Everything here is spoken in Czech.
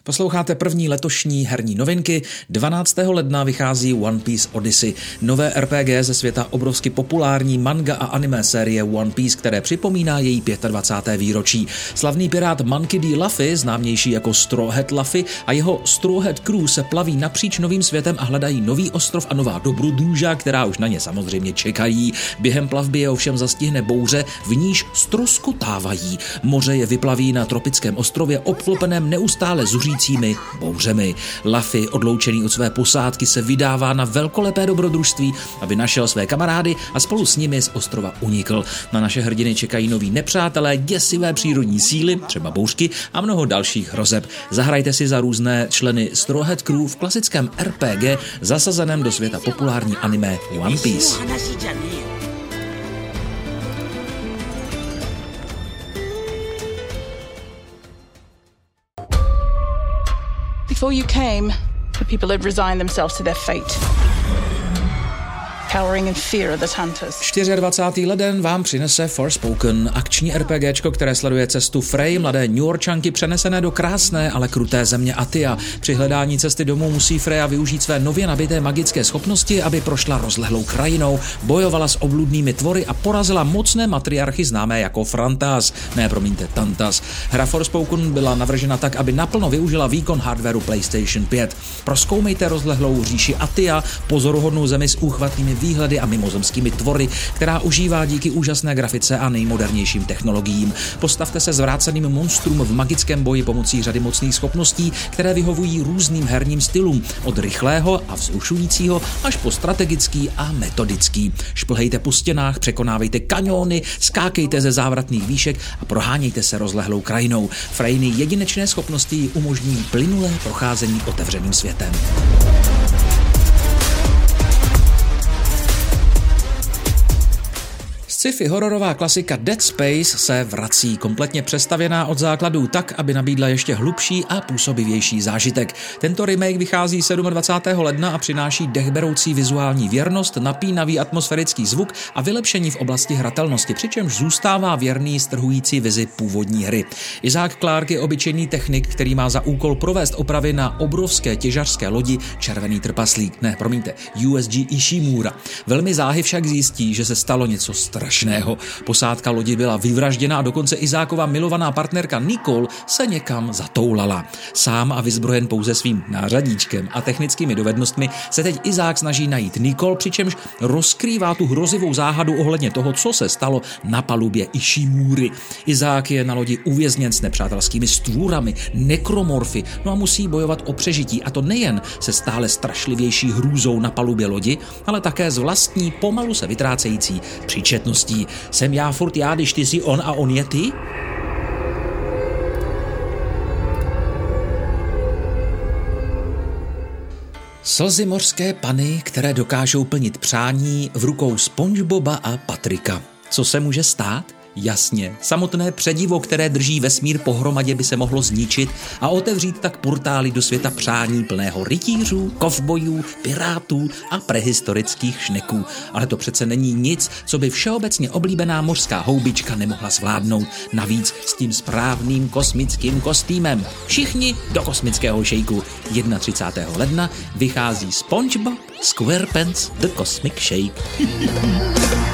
Posloucháte první letošní herní novinky. 12. ledna vychází One Piece Odyssey, nové RPG ze světa obrovsky populární manga a anime série One Piece, které připomíná její 25. výročí. Slavný pirát Monkey D. Luffy, známější jako Straw Hat Luffy, a jeho Straw Hat Crew se plaví napříč novým světem a hledají nový ostrov a nová dobrodruža, která už na ně samozřejmě čekají. Během plavby je ovšem zastihne bouře, v níž ztroskotávají. Moře je vyplaví na tropickém ostrově obklopeném neustále zuřícími bouřemi. Luffy, odloučený od své posádky, se vydává na velkolepé dobrodružství, aby našel své kamarády a spolu s nimi z ostrova unikl. Na naše hrdiny čekají noví nepřátelé, děsivé přírodní síly, třeba bouřky a mnoho dalších hrozeb. Zahrajte si za různé členy Straw Hat Crew v klasickém RPG zasazeném do světa populární anime One Piece. Before you came, the people had resigned themselves to their fate, cowering in fear of the hunters. 24. leden vám přinese Forspoken, akční RPGčko, které sleduje cestu Frey, mladé Newyorčanky přenesené do krásné, ale kruté země Atia. Při hledání cesty domů musí Freya využít své nově nabité magické schopnosti, aby prošla rozlehlou krajinou, bojovala s obludnými tvory a porazila mocné matriarchy známé jako Frantas, Tantas. Hra Forspoken byla navržena tak, aby naplno využila výkon hardwareu PlayStation 5. Prozkoumejte rozlehlou říši Atia, pozoruhodnou zemi s úchvatnými výhledy a mimozemskými tvory, která užívá díky úžasné grafice a nejmodernějším technologiím. Postavte se zvráceným monstrům v magickém boji pomocí řady mocných schopností, které vyhovují různým herním stylům, od rychlého a vzrušujícího až po strategický a metodický. Šplhejte po stěnách, překonávejte kaňóny, skákejte ze závratných výšek a prohánějte se rozlehlou krajinou. Freyny jedinečné schopnosti jí umožňují plynulé procházení otevřeným světem. Sci-fi hororová klasika Dead Space se vrací, kompletně přestavěná od základů tak, aby nabídla ještě hlubší a působivější zážitek. Tento remake vychází 27. ledna a přináší dechberoucí vizuální věrnost, napínavý atmosférický zvuk a vylepšení v oblasti hratelnosti, přičemž zůstává věrný strhující vizi původní hry. Isaac Clarke je obyčejný technik, který má za úkol provést opravy na obrovské těžařské lodi Červený trpaslík, USG Ishimura. Velmi záhy však zjistí, že se stalo něco strašného. Posádka lodi byla vyvražděna a dokonce Izákova milovaná partnerka Nicole se někam zatoulala. Sám a vyzbrojen pouze svým nářadíčkem a technickými dovednostmi se teď Izák snaží najít Nicole, přičemž rozkrývá tu hrozivou záhadu ohledně toho, co se stalo na palubě Ishimury. Izák je na lodi uvězněn s nepřátelskými stvůrami, nekromorfy, no a musí bojovat o přežití, a to nejen se stále strašlivější hrůzou na palubě lodi, ale také s vlastní pomalu se vytrácející příčetností. Jsem já furt já, když ty jsi on a on je ty? Slzy mořské pany, které dokážou plnit přání, v rukou SpongeBoba a Patrika. Co se může stát? Jasně, samotné předivo, které drží vesmír pohromadě, by se mohlo zničit a otevřít tak portály do světa přání plného rytířů, kovbojů, pirátů a prehistorických šneků. Ale to přece není nic, co by všeobecně oblíbená mořská houbička nemohla zvládnout. Navíc s tím správným kosmickým kostýmem. Všichni do kosmického šejku. 31. ledna vychází SpongeBob SquarePants The Cosmic Shake.